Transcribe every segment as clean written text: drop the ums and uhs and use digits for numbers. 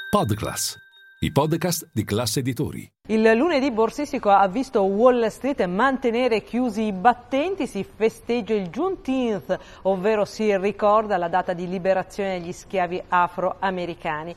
Podclass, i podcast di Class Editori. Il lunedì borsistico ha visto Wall Street mantenere chiusi i battenti, si festeggia il Juneteenth, ovvero si ricorda la data di liberazione degli schiavi afroamericani.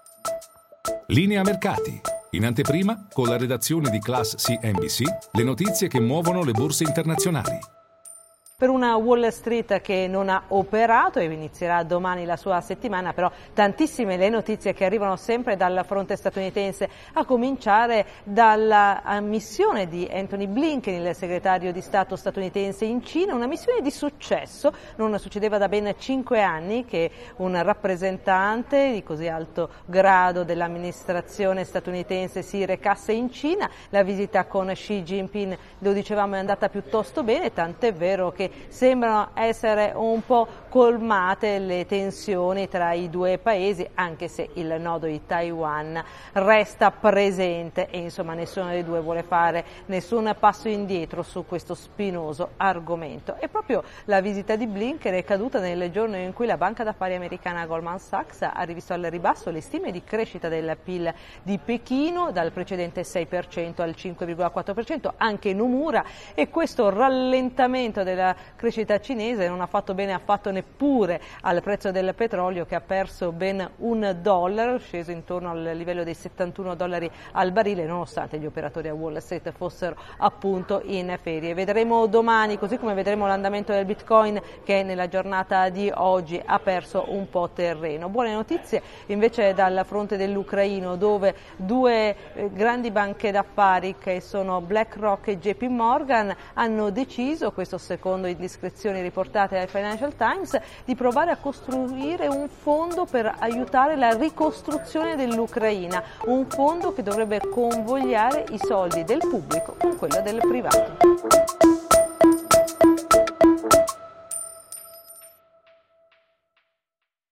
Linea mercati. In anteprima, con la redazione di Class CNBC, le notizie che muovono le borse internazionali. Per una Wall Street che non ha operato e inizierà domani la sua settimana, però tantissime le notizie che arrivano sempre dal fronte statunitense, a cominciare dalla missione di Antony Blinken, il segretario di Stato statunitense in Cina, una missione di successo. Non succedeva da ben 5 anni che un rappresentante di così alto grado dell'amministrazione statunitense si recasse in Cina. La visita con Xi Jinping, lo dicevamo, è andata piuttosto bene, tant'è vero che sembrano essere un po' colmate le tensioni tra i due paesi, anche se il nodo di Taiwan resta presente e insomma nessuno dei due vuole fare nessun passo indietro su questo spinoso argomento. E proprio la visita di Blinken è caduta nel giorno in cui la banca d'affari americana Goldman Sachs ha rivisto al ribasso le stime di crescita del PIL di Pechino dal precedente 6% al 5,4%, anche Nomura, e questo rallentamento della crescita cinese non ha fatto bene affatto neppure al prezzo del petrolio, che ha perso ben $1, sceso intorno al livello dei $71 al barile, nonostante gli operatori a Wall Street fossero appunto in ferie. Vedremo domani, così come vedremo l'andamento del Bitcoin, che nella giornata di oggi ha perso un po' terreno. Buone notizie invece dal fronte dell'Ucraino, dove due grandi banche d'affari, che sono BlackRock e JP Morgan, hanno deciso, questo secondo indiscrezioni riportate dal Financial Times, di provare a costruire un fondo per aiutare la ricostruzione dell'Ucraina, un fondo che dovrebbe convogliare i soldi del pubblico con quello del privato.